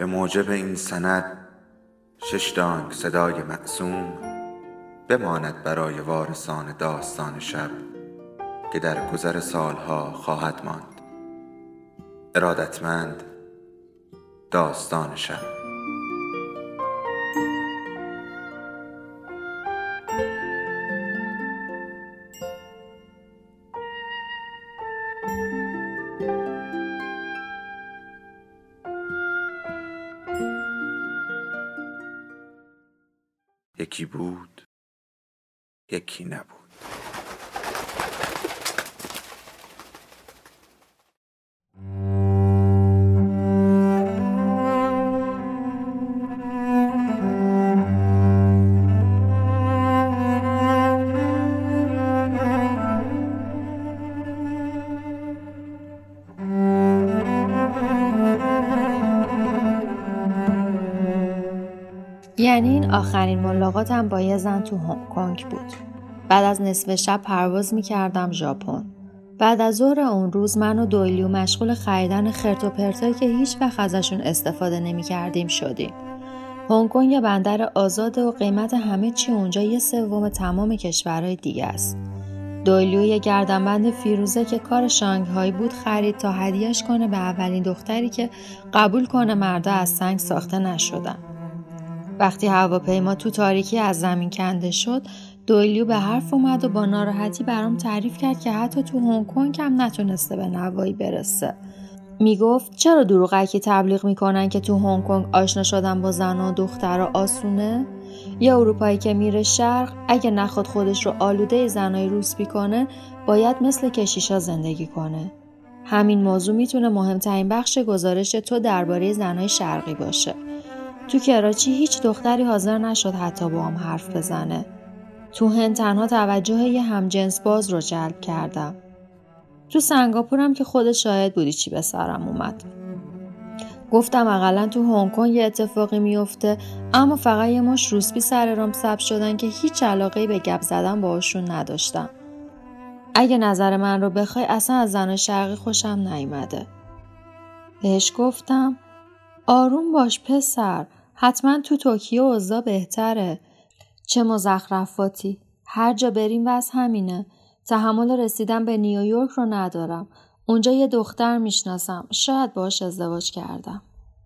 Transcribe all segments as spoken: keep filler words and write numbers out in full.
به موجب این سند شش دانگ صدای معصوم بماند برای وارثان داستان شب که در گذر سالها خواهد ماند. ارادتمند، داستان شب. یکی بود، یکی نبود. یعنی این آخرین ملاقاتم با یه زن تو هنگ کنگ بود. بعد از نصف شب پرواز می‌کردم ژاپن. بعد از ظهر اون روز من و دویلیو مشغول خریدن خرت و پرتایی که هیچ وقت ازشون استفاده نمی‌کردیم شدیم. هنگ کنگ یه بندر آزاده و قیمت همه چی اونجا یه سوم تمام کشورهای دیگه است. دویلیو یه گردنبند فیروزه که کار شانگهای بود خرید تا هدیه‌اش کنه به اولین دختری که قبول کنه مردا از سنگ ساخته نشدن. وقتی هواپیما تو تاریکی از زمین کنده شد، دویلیو به حرف اومد و با ناراحتی برام تعریف کرد که حتی تو هنگ کنگ هم نتونسته به نوایی برسه. میگفت چرا دروغکی تبلیغ میکنن که تو هنگ کنگ آشنا شدن با زن و دخترها آسونه؟ یه اروپایی که میره شرق اگه نخواد خودش رو آلوده زنای روسپی کنه، باید مثل کشیشا زندگی کنه. همین موضوع میتونه مهمترین بخش گزارش تو درباره زنای شرقی باشه. تو کراچی هیچ دختری حاضر نشد حتی با هم حرف بزنه. تو هند تنها توجه یه همجنس باز رو جلب کردم. تو سنگاپورم که خودت شاهد بودی چی به سرم اومد. گفتم اقلا تو هنگ کنگ یه اتفاقی میفته، اما فقط یه مش روسپی سر رام ثبت شدن که هیچ علاقه‌ای به گپ زدن باهاشون نداشتم. اگه نظر من رو بخوای اصلا از زنای شرقی خوشم نیومده. بهش گفتم آروم باش پسر، حتما تو توکیو اوضاع بهتره. چه مزخرفاتی، هر جا بریم واسه همینه. تحمل رسیدن به نیویورک رو ندارم. اونجا یه دختر میشناسم، شاید باهاش ازدواج کردم.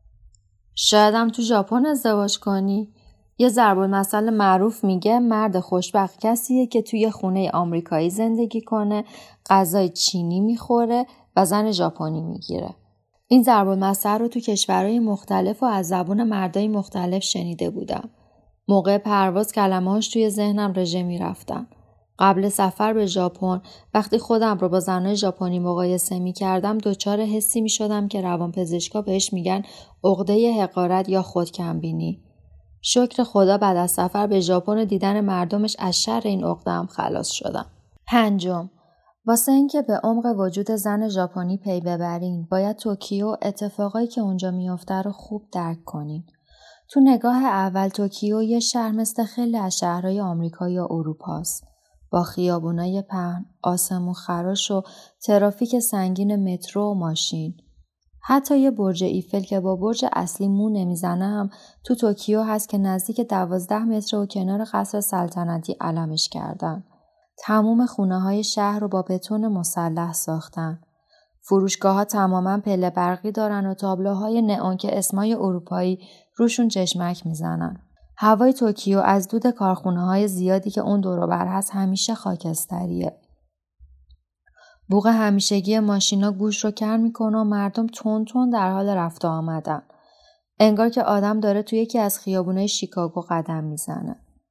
شایدم تو ژاپن ازدواج کنی. یه ضرب المثل معروف میگه مرد خوشبخت کسیه که توی خونه آمریکایی زندگی کنه، غذای چینی میخوره و زن ژاپنی میگیره. این ضرب المثل رو تو کشورهای مختلف و از زبون مردای مختلف شنیده بودم. موقع پرواز کلمه‌هاش توی ذهنم رژه می‌رفتن. قبل سفر به ژاپن وقتی خودم رو با زنای ژاپنی مقایسه می‌کردم دچار حسی می‌شدم که روانپزشکا بهش میگن عقده حقارت یا خودکمبینی. شکر خدا بعد از سفر به ژاپن و دیدن مردمش از شر این عقده‌ام خلاص شدم. پنجم، واسه اینکه به عمق وجود زن ژاپنی پی ببرین، باید توکیو اتفاقایی که اونجا میفته رو خوب درک کنین. تو نگاه اول توکیو یه شهر مثل خیلی از شهرهای آمریکا یا اروپاست. با خیابونای پهن، آسمون خراش و ترافیک سنگین مترو و ماشین. حتی یه برج ایفل که با برج اصلی مو نمیزنه هم تو توکیو هست که نزدیک دوازده متر و کنار قصر سلطنتی علمش کردن. تموم خونه های شهر رو با بتون مسلح ساختن. فروشگاه ها تماما پله برقی دارن و تابلوهای نئون که اسمای اروپایی روشون چشمک میزنن. هوای توکیو از دود کارخونه های زیادی که اون دور و بر هست همیشه خاکستریه. بوق همیشگی ماشینا گوش رو کر میکنه و مردم تون تون در حال رفت و آمدن. انگار که آدم داره توی یکی از خیابونای شیکاگو قدم میزنه.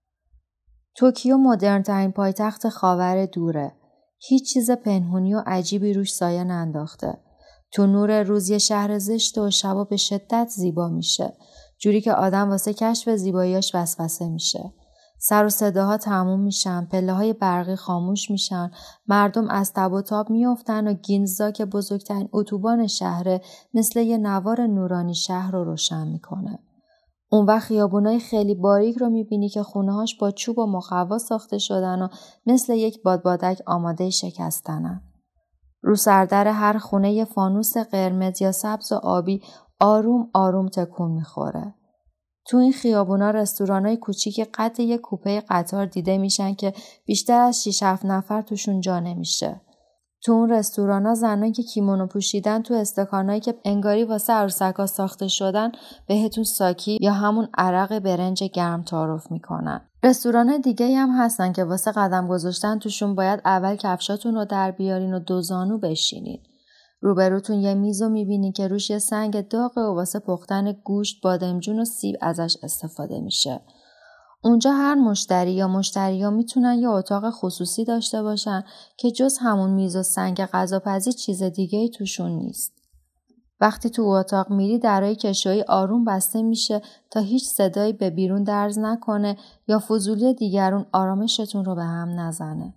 توکیو مدرن ترین پایتخت خاور دوره. هیچ چیز پنهونی و عجیبی روش سایه ننداخته. تو نور روز یه شهر زشت و شبا به شدت زیبا میشه. جوری که آدم واسه کشف زیباییاش وسوسه میشه. سر و صداها تموم میشن، پله‌های برقی خاموش میشن، مردم از تب و تاب میافتن و گینزا که بزرگترین اتوبان شهره مثل یه نوار نورانی شهر رو روشن میکنه. اون وقت خیابونای خیلی باریک رو میبینی که خونه‌هاش با چوب و مخوا ساخته شدن و مثل یک بادبادک آماده شکستنن. رو سردر هر خونه یه فانوس قرمز یا سبز و آبی آروم آروم تکون میخوره. تو این خیابونا رستورانای کوچیک قد یک کوپه قطار دیده میشن که بیشتر از شش هفت نفر توشون جا نمیشه. تو اون رستورانا زنایی که کیمونو پوشیدن تو استکانایی که انگاری واسه عروسکا ساخته شدن بهتون ساکی یا همون عرق برنج گرم تعارف میکنن. رستوران دیگه هم هستن که واسه قدم گذاشتن توشون باید اول کفشاتون رو در بیارین و دو زانو بشینین. روبروتون یه میزو میبینی که روش یه سنگ داغه و واسه پختن گوشت، بادمجون و سیب ازش استفاده میشه. اونجا هر مشتری یا مشتریا میتونن یه اتاق خصوصی داشته باشن که جز همون میز و سنگ غذاپزی چیز دیگه ای توشون نیست. وقتی تو اتاق میری درای کشویی آروم بسته میشه تا هیچ صدایی به بیرون درز نکنه یا فضولی دیگرون آرامشتون رو به هم نزنه.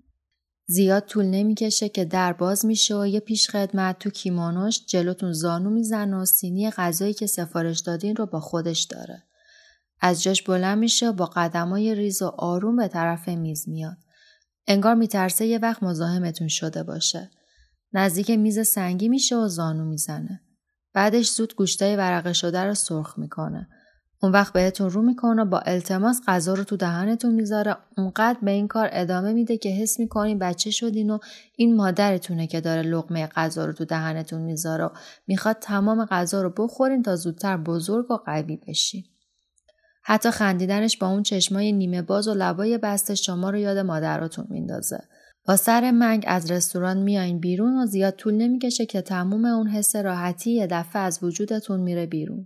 زیاد طول نمیکشه که در باز میشه و یه پیش خدمت تو کیمونوش جلوتون زانو میزنه و سینی غذایی که سفارش دادین رو با خودش داره. از جاش بلند میشه و با قدمای ریز و آروم به طرف میز میاد. انگار میترسه یه وقت مزاحمتون شده باشه. نزدیک میز سنگی میشه و زانو میزنه. بعدش زود گوشتای ورقه شده رو سرخ میکنه. اون وقت بهتون رو میکنه با التماس غذا رو تو دهنتون میذاره. اونقدر به این کار ادامه میده که حس میکنین بچه شدین و این مادرتونه که داره لقمه غذا رو تو دهنتون میذاره و میخواد تمام غذا رو بخورین تا زودتر بزرگ و قوی بشین. حتی خندیدنش با اون چشمای نیمه باز و لبای بسته شما رو یاد مادراتون میندازه. با سر منگ از رستوران میاین بیرون و زیاد طول نمیکشه که تموم اون حس راحتی یه دفعه از وجودتون میره بیرون.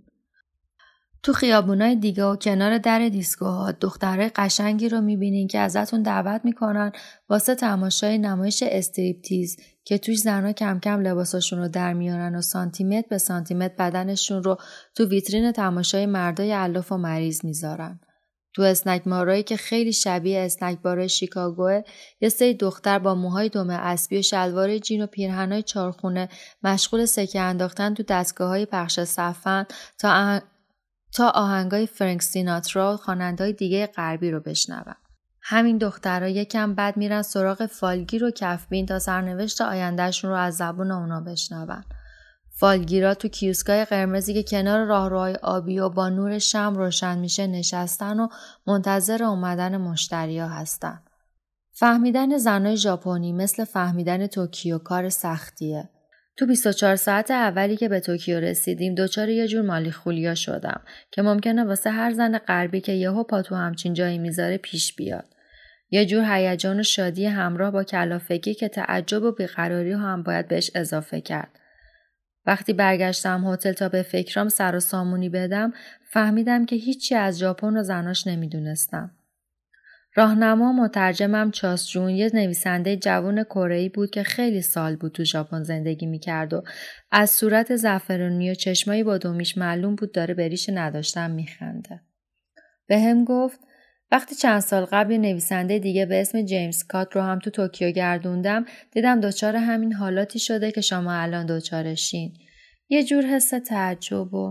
تو خیابونای دیگه و کنار در دیسکوها دخترای قشنگی رو میبینین که ازتون دعوت میکنن واسه تماشای نمایش استریپتیز که توش زنها کم کم لباساشون رو در میارن و سانتیمتر به سانتیمتر بدنشون رو تو ویترین تماشای مردای علاف و مریض میذارن. تو اسنک مارایی که خیلی شبیه اسنک بارای شیکاگوه، یه سری دختر با موهای دم اسبی و شلوار جین و پیرهنای چارخونه مشغول سکه انداختن تو دستگاه‌های پخش صفن تا اه... تا آهنگای فرانک سیناترا و خواننده‌های دیگه غربی رو بشنون. همین دخترها یکم بعد میرن سراغ فالگیر و کفبین تا سرنوشت آیندهشون رو از زبون اونا بشنون. فالگیرا تو کیوسکای قرمزی که کنار راهروهای آبی و با نور شمع روشن میشه نشستن و منتظر اومدن مشتریا هستن. فهمیدن زنای ژاپنی مثل فهمیدن توکیو کار سختیه. تو بیست و چهار ساعت اولی که به توکیو رسیدیم دوچار یه جور مالی خولیا شدم که ممکنه واسه هر زن غربی که یهو پا تو همچین جایی میذاره پیش بیاد. یه جور هیجان و شادی همراه با کلافگی که تعجب و بیقراری هم باید بهش اضافه کرد. وقتی برگشتم هتل تا به فکرام سر و سامونی بدم فهمیدم که هیچی از ژاپن و زناش نمیدونستم. راهنما و مترجمم چاس جون یه نویسنده جوان کره‌ای بود که خیلی سال بود تو ژاپن زندگی میکرد و از صورت زعفرانی و چشمایی با دومیش معلوم بود داره به ریش نداشتن میخنده. به هم گفت وقتی چند سال قبل یه نویسنده دیگه به اسم جیمز کات رو هم تو توکیو گردوندم دیدم دچار همین حالاتی شده که شما الان دچارشین. یه جور حس تعجب و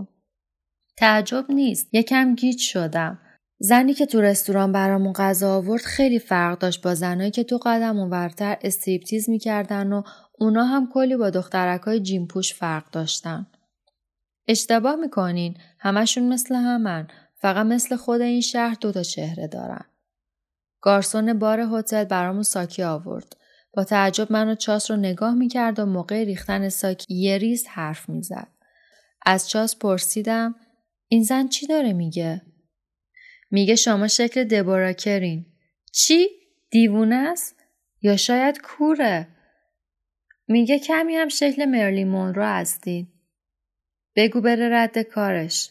تعجب نیست، یکم گیج شدم. زنی که تو رستوران برامون غذا آورد خیلی فرق داشت با زنایی که تو قدم اونورتر استریپتیز میکردن و اونا هم کلی با دخترکای جیم پوش فرق داشتن. اشتباه میکنین، همشون مثل همن، فقط مثل خود این شهر دوتا چهره دارن. گارسون بار هتل برامون ساکی آورد. با تعجب منو چاس رو نگاه میکرد و موقع ریختن ساکی یه ریز حرف میزد. از چاس پرسیدم این زن چی داره میگه؟ میگه شما شکل دبورا کرین. چی؟ دیوونه است؟ یا شاید کوره؟ میگه کمی هم شکل مرلین مونرو هستین. بگو بره رد کارش.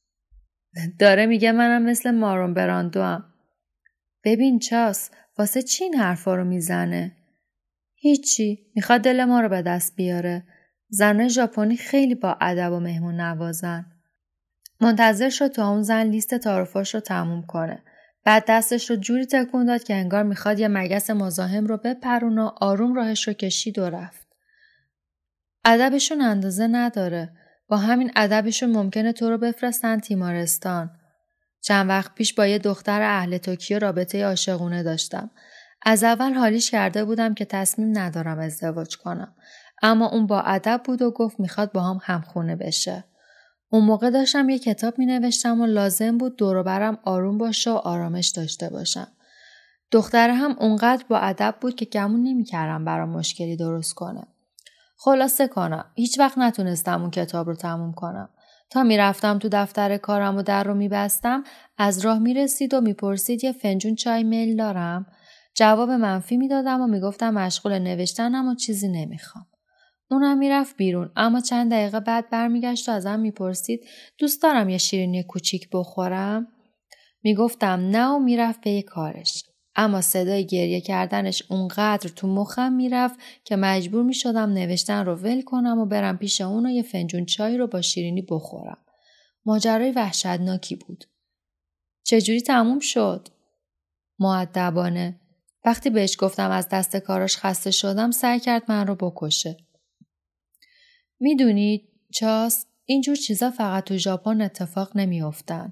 داره میگه منم مثل مارون براندو هم. ببین چاس واسه چی این حرفا رو میزنه؟ هیچی، میخواد دل ما رو به دست بیاره. زنای ژاپنی خیلی با ادب و مهمون نوازن. منتظر شد تا اون زن لیست تعارفاش رو تموم کنه. بعد دستش رو جوری تکون داد که انگار میخواد یه مگس مزاحم رو بپرونه و آروم راهش رو کشید و رفت. ادبشون اندازه نداره. با همین ادبشون ممکنه تو رو بفرستن تیمارستان. چند وقت پیش با یه دختر اهل توکیو رابطه عاشقونه داشتم. از اول حالیش کرده بودم که تصمیم ندارم ازدواج کنم. اما اون با ادب بود و گفت میخواد با هم همخونه بشه. اون موقع داشتم یه کتاب می نوشتم و لازم بود دور و برم آروم باشه و آرامش داشته باشم. دختره هم اونقدر با ادب بود که گمون نمی کردم برام مشکلی درست کنه. خلاصه کنم هیچ وقت نتونستم اون کتاب رو تموم کنم. تا می رفتم تو دفتر کارم و در رو می بستم از راه می رسید و می پرسید یه فنجون چای میل دارم. جواب منفی می دادم و می گفتم مشغول نوشتنم و چیزی نمی خوام. اونم می رفت بیرون اما چند دقیقه بعد برمیگشت و ازم می پرسید دوست دارم یه شیرینی کوچیک بخورم؟ می گفتم نه و می رفت به کارش. اما صدای گریه کردنش اونقدر تو مخم می رفت که مجبور می شدم نوشتن رو ول کنم و برم پیش اون و یه فنجون چای رو با شیرینی بخورم. ماجرای وحشتناکی بود. چجوری تموم شد؟ مؤدبانه. وقتی بهش گفتم از دست کاراش خسته شدم سعی کرد من رو بکشه. میدونید چاس اینجور چیزا فقط تو ژاپن اتفاق نمیافتن.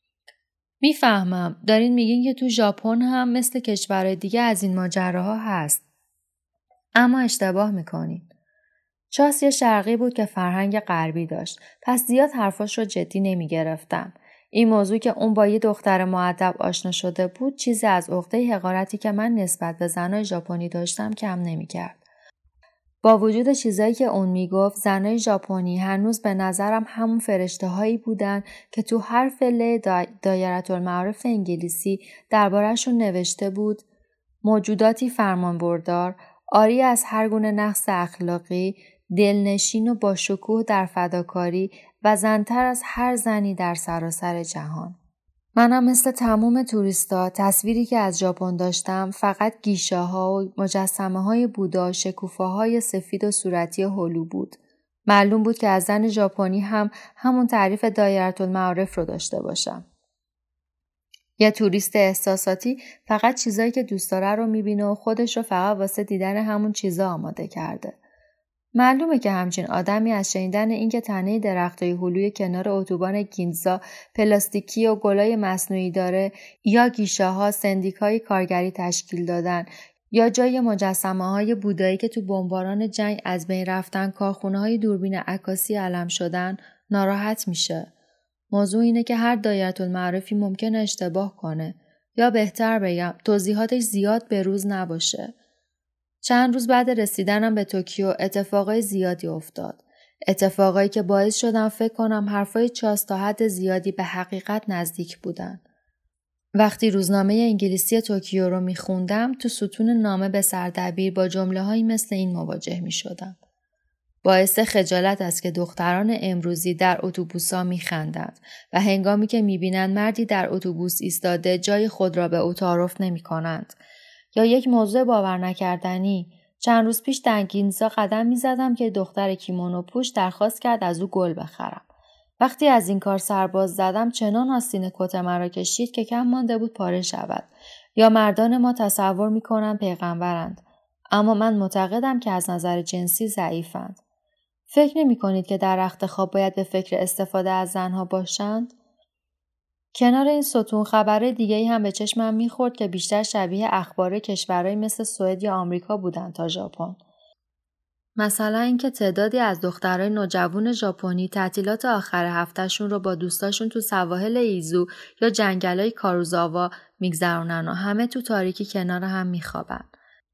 میفهمم دارین میگین که تو ژاپن هم مثل کشورهای دیگه از این ماجراها هست. اما اشتباه میکنین. چاس یه شرقی بود که فرهنگ غربی داشت. پس زیاد حرفاش رو جدی نمیگرفتم. این موضوع که اون با یه دختر مؤدب آشنا شده بود چیزی از عقده حقارتی که من نسبت به زنای ژاپنی داشتم کم نمیکرد. با وجود چیزایی که اون میگفت زنای ژاپنی هنوز به نظرم همون فرشته هایی بودن که تو هر فله دایرةالمعارف انگلیسی درباره‌شون نوشته بود موجوداتی فرمانبردار، عاری از هر گونه نقص اخلاقی، دلنشین و با شکوه در فداکاری و زنتر از هر زنی در سراسر جهان. منم مثل تمام توریستا تصویری که از ژاپن داشتم فقط گیشه‌ها و مجسمه‌های بودا، شکوفه‌های سفید و صورتی هلو بود. معلوم بود که از زن ژاپنی هم همون تعریف دایرةالمعارف رو داشته باشم. یه توریست احساساتی فقط چیزایی که دوست داره رو میبینه و خودش رو فقط واسه دیدن همون چیزا آماده کرده. معلومه که همچین آدمی از شنیدن اینکه تنه درختای هلوی کنار اتوبان گینزا پلاستیکی و گلای مصنوعی داره یا گیشه‌ها سندیکای کارگری تشکیل دادن یا جای مجسمه‌های بودایی که تو بمباران جنگ از بین رفتن کارخونه‌های دوربین عکاسی علم شدن ناراحت میشه. موضوع اینه که هر دایرةالمعارفی ممکنه اشتباه کنه یا بهتر بگم توضیحاتش زیاد به روز نباشه. چند روز بعد رسیدنم به توکیو اتفاقای زیادی افتاد. اتفاقایی که باعث شدم فکر کنم حرفای چاس تا حد زیادی به حقیقت نزدیک بودن. وقتی روزنامه انگلیسی توکیو رو میخوندم تو ستون نامه به سردبیر با جمله‌هایی مثل این مواجه میشدم. باعث خجالت است که دختران امروزی در اتوبوس‌ها میخندند و هنگامی که میبینند مردی در اتوبوس ایستاده جای خود را به او تعارف نمی‌کنند. یا یک موضوع باور نکردنی. چند روز پیش در گینزا قدم می زدم که دختر کیمونو پوش درخواست کرد از او گل بخرم. وقتی از این کار سرباز زدم چنان آستین کت مرا کشید که کم مانده بود پاره شود. یا مردان ما تصور می کنند پیغمبرند. اما من معتقدم که از نظر جنسی ضعیفند. فکر نمی کنید که در رخت خواب باید به فکر استفاده از زنها باشند؟ کنار این ستون خبرهای دیگه‌ای هم به چشمم می‌خورد که بیشتر شبیه اخبار کشورهای مثل سوئد یا آمریکا بودن تا ژاپن. مثلا اینکه تعدادی از دخترای نوجوان ژاپنی تعطیلات آخر هفتهشون رو با دوستاشون تو سواحل ایزو یا جنگلای کاروزاوا میگذرونن و همه تو تاریکی کنار هم میخوابن.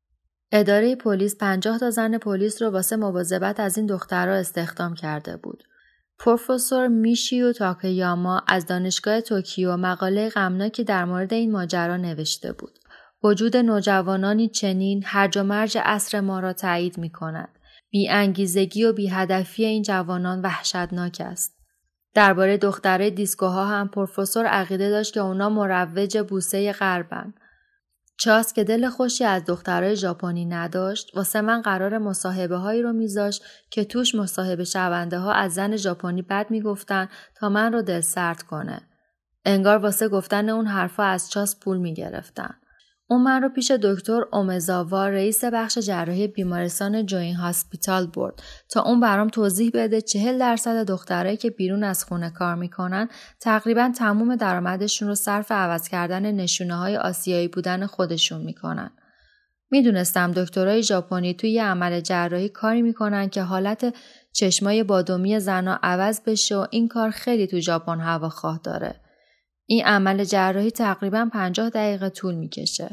اداره پلیس پنجاه تا زن پلیس رو واسه مواظبت از این دخترها استخدام کرده بود. پروفسور میشیو تاکایاما از دانشگاه توکیو مقاله غمناکی در مورد این ماجرا نوشته بود. وجود نوجوانانی چنین هرج و مرج عصر ما را تایید می کند. بی انگیزگی و بی هدفی این جوانان وحشتناک است. درباره دخترای دیسکوها هم پروفسور عقیده داشت که اونا مروج بوسه غربن. چاس که دل خوشی از دخترای ژاپنی نداشت واسه من قرار مصاحبه هایی رو میذاشت که توش مصاحبه شونده ها از زن ژاپنی بد میگفتن تا من رو دل سرد کنه. انگار واسه گفتن اون حرفا از چاس پول میگرفتن. اون من رو پیش دکتر اومزاوا رئیس بخش جراحی بیمارستان جوین هاسپیتال برد تا اون برام توضیح بده چهل درصد دخترایی که بیرون از خونه کار میکنن تقریبا تموم درآمدشون رو صرف عوض کردن نشونه‌های آسیایی بودن خودشون میکنن. میدونستم دکترای ژاپنی توی یه عمل جراحی کاری میکنن که حالت چشمای بادامی زنا عوض بشه و این کار خیلی تو ژاپن هواخواه داره. این عمل جراحی تقریباً پنجاه دقیقه طول میکشه.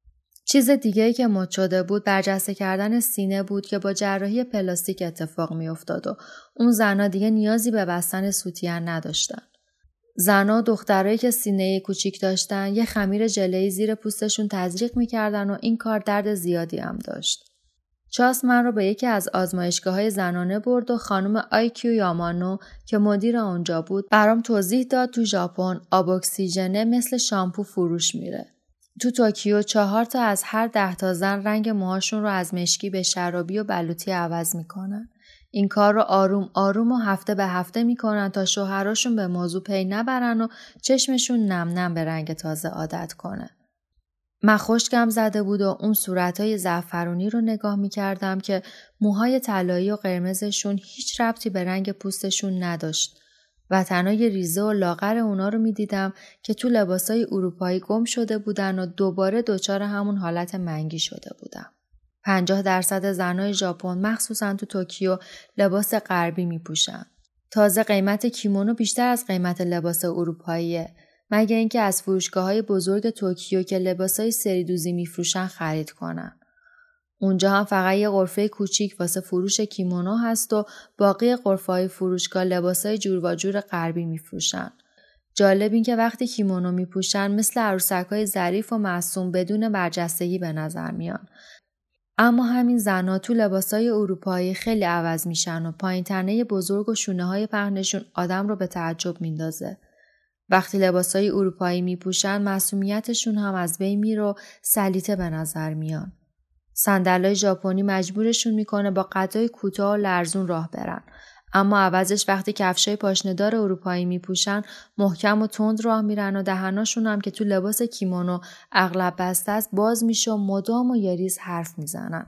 چیز دیگه‌ای که مد شده بود برجسته کردن سینه بود که با جراحی پلاستیک اتفاق میافتاد و اون زنا دیگه نیازی به بستن سوتین نداشتن. زنا و دخترایی که سینه کوچیک داشتن یه خمیر ژله‌ای زیر پوستشون تزریق میکردن و این کار درد زیادی هم داشت. چاس من رو به یکی از آزمایشگاه‌های زنانه برد و خانم آیکیو یامانو که مدیر اونجا بود برام توضیح داد تو ژاپن آب اکسیژنه مثل شامپو فروش میره. تو توکیو چهار تا از هر ده تا زن رنگ موهاشون رو از مشکی به شرابی و بلوطی عوض میکنن. این کار رو آروم آروم و هفته به هفته میکنن تا شوهراشون به موضوع پی نبرن و چشمشون نم نم به رنگ تازه عادت کنه. من خشکم زده بود و اون صورتای زعفرونی رو نگاه میکردم که موهای طلایی و قرمزشون هیچ ربطی به رنگ پوستشون نداشت. وطنای ریزه و لاغر اونا رو میدیدم که تو لباسای اروپایی گم شده بودن و دوباره دچار همون حالت منگی شده بودم. پنجاه درصد زنای ژاپن مخصوصا تو توکیو لباس غربی میپوشن. تازه قیمت کیمونو بیشتر از قیمت لباس اروپاییه، مگه اینکه از فروشگاه‌های بزرگ توکیو که لباسای سری دوزی میفروشن خرید کنن. اونجا هم فقط یه غرفه کوچیک واسه فروش کیمونو هست و باقی غرفه‌های فروشگاه لباسای جور و جور غربی میفروشن. جالب این که وقتی کیمونو میپوشن مثل عروسک‌های ظریف و معصوم بدون برجستگی به نظر میان. اما همین زنا تو لباسای اروپایی خیلی عوض میشن و پایین تنه بزرگ و شونه‌های پهنشون آدم رو به تعجب میندازه. وقتی لباسای اروپایی میپوشن معصومیتشون هم از بین میره و سلیطه به نظر میان. صندلای ژاپنی مجبورشون میکنه با قدای کوتاه و لرزون راه برن، اما عوضش وقتی کفشای پاشنه‌دار اروپایی میپوشن محکم و تند راه میرن و دهناشون هم که تو لباس کیمونو اغلب بسته است باز میشه و مدام و یریز حرف میزنن.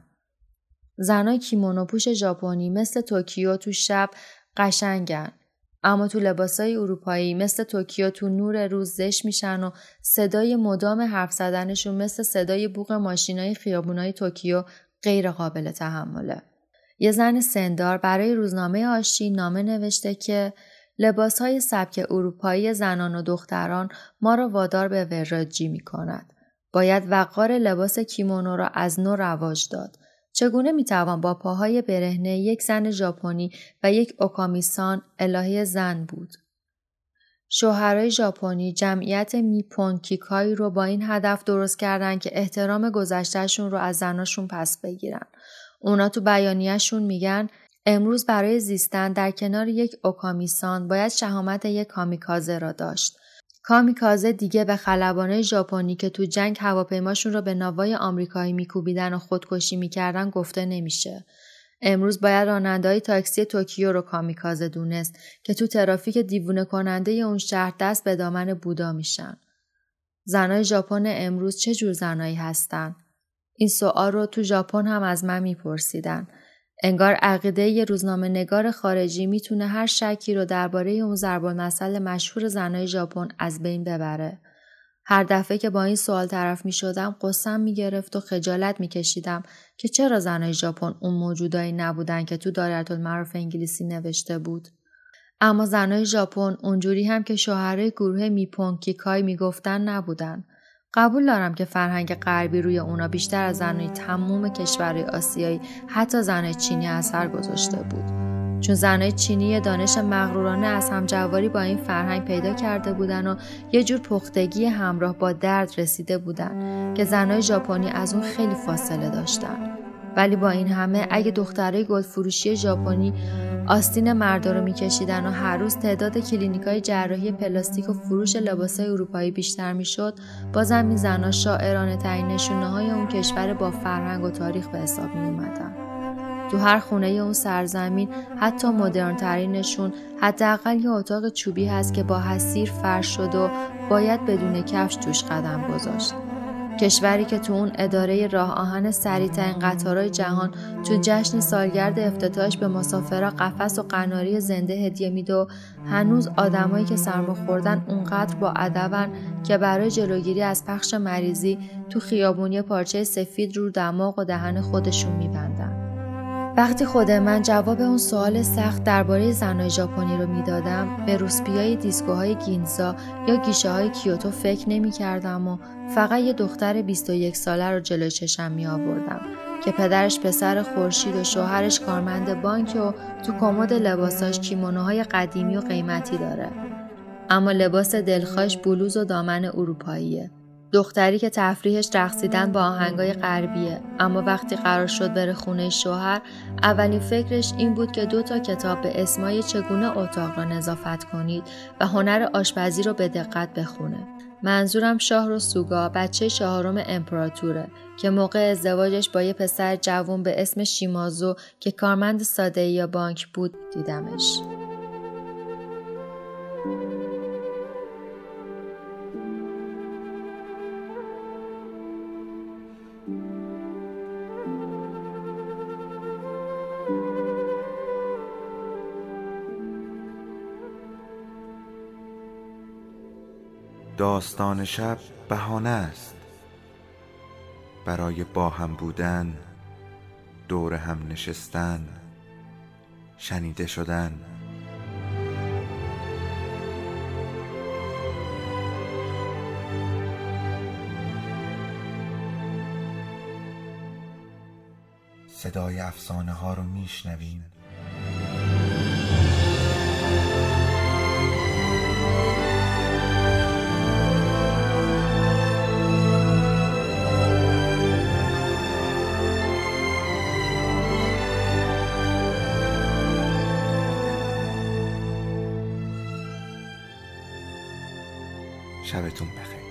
زنای کیمونو پوش ژاپنی مثل توکیو تو شب قشنگن، اما تو لباسای اروپایی مثل توکیو تو نور روز زشت میشن و صدای مدام حرف زدنشون مثل صدای بوق ماشینای خیابونای توکیو غیر قابل تحمله. یه زن سندار برای روزنامه آشی نامه نوشته که لباسهای سبک اروپایی زنان و دختران ما را وادار به وراجی میکند. باید وقار لباس کیمونو را از نو رواج داد. چگونه میتوان با پاهای برهنه یک زن ژاپنی و یک اوکامیسان الهه زن بود؟ شوهرای ژاپنی جمعیت میپون کیکای رو با این هدف درست کردن که احترام گذشتهشون رو از زناشون پس بگیرن. اونا تو بیانیه‌شون میگن امروز برای زیستن در کنار یک اوکامیسان باید شهامت یک کامیکازه را داشت. کامیکازه دیگه به خلبانای ژاپنی که تو جنگ هواپیماشون رو به ناوای آمریکایی میکوبیدن و خودکشی میکردن گفته نمیشه. امروز باید راننده‌های تاکسی توکیو رو کامیکازه دونست که تو ترافیک دیوونه کننده اون شهر دست به دامن بودا میشن. زنای ژاپن امروز چه جور زنایی هستن؟ این سوال رو تو ژاپن هم از من میپرسیدن. انگار عقیده یه روزنامه نگار خارجی میتونه هر شکی رو درباره اون ضرب المثل مشهور زنای ژاپن از بین ببره. هر دفعه که با این سوال طرف میشدم قصه‌ام میگرفت و خجالت میکشیدم که چرا زنای ژاپن اون موجودایی نبودن که تو دایرةالمعارف انگلیسی نوشته بود. اما زنای ژاپن اونجوری هم که شوهرای گروه میپون کیکای میگفتن نبودن. قبول دارم که فرهنگ غربی روی اونا بیشتر از زنای تمام کشورهای آسیایی حتی زنای چینی اثر گذاشته بود. چون زنای چینی دانش مغرورانه از همجواری با این فرهنگ پیدا کرده بودن و یه جور پختگی همراه با درد رسیده بودن که زنای ژاپنی از اون خیلی فاصله داشتن. ولی با این همه اگه دخترای گلفروشی ژاپنی آستین مردا رو میکشیدن و هر روز تعداد کلینیکای جراحی پلاستیک و فروش لباسای اروپایی بیشتر میشد، بازم این زنها شاعرانه ترین نشونه‌های اون کشور با فرهنگ و تاریخ به حساب می اومدن. تو هر خونه اون سرزمین حتی مدرن ترینشون حداقل یه اتاق چوبی هست که با حصیر فرش شده و باید بدون کفش توش قدم گذاشت. کشوری که تو اون اداره راه آهن سریع‌ترین قطارهای جهان تو جشن سالگرد افتتاحش به مسافرها قفس و قناری زنده هدیه میده و هنوز آدمایی که سرما خوردن اونقدر با ادبن که برای جلوگیری از پخش مریضی تو خیابونی پارچه سفید رو دماغ و دهن خودشون میبندن. وقتی خود من جواب اون سوال سخت درباره زنای ژاپنی رو میدادم، به روسپیای دیسکوهای گینزا یا گیشه‌های کیوتو فکر نمی‌کردم و فقط یه دختر بیست و یک ساله رو جلوی چشم می آوردم که پدرش پسر خورشید و شوهرش کارمند بانک و تو کمد لباساش کیمونوهای قدیمی و قیمتی داره. اما لباس دلخواهش بلوز و دامن اروپاییه. دختری که تفریحش رقصیدن با آهنگای غربیه، اما وقتی قرار شد بره خونه شوهر، اولین فکرش این بود که دو تا کتاب به اسمای چگونه اتاق را نظافت کنید و هنر آشپزی رو به دقت بخونه. منظورم شاهرو سوگا، بچه چهارم امپراتوره که موقع ازدواجش با یه پسر جوان به اسم شیمازو که کارمند ساده‌ای یا بانک بود دیدمش. داستان شب بهانه است برای با هم بودن، دور هم نشستن، شنیده شدن. صدای افسانه ها رو میشنویم. شبتون بخیر.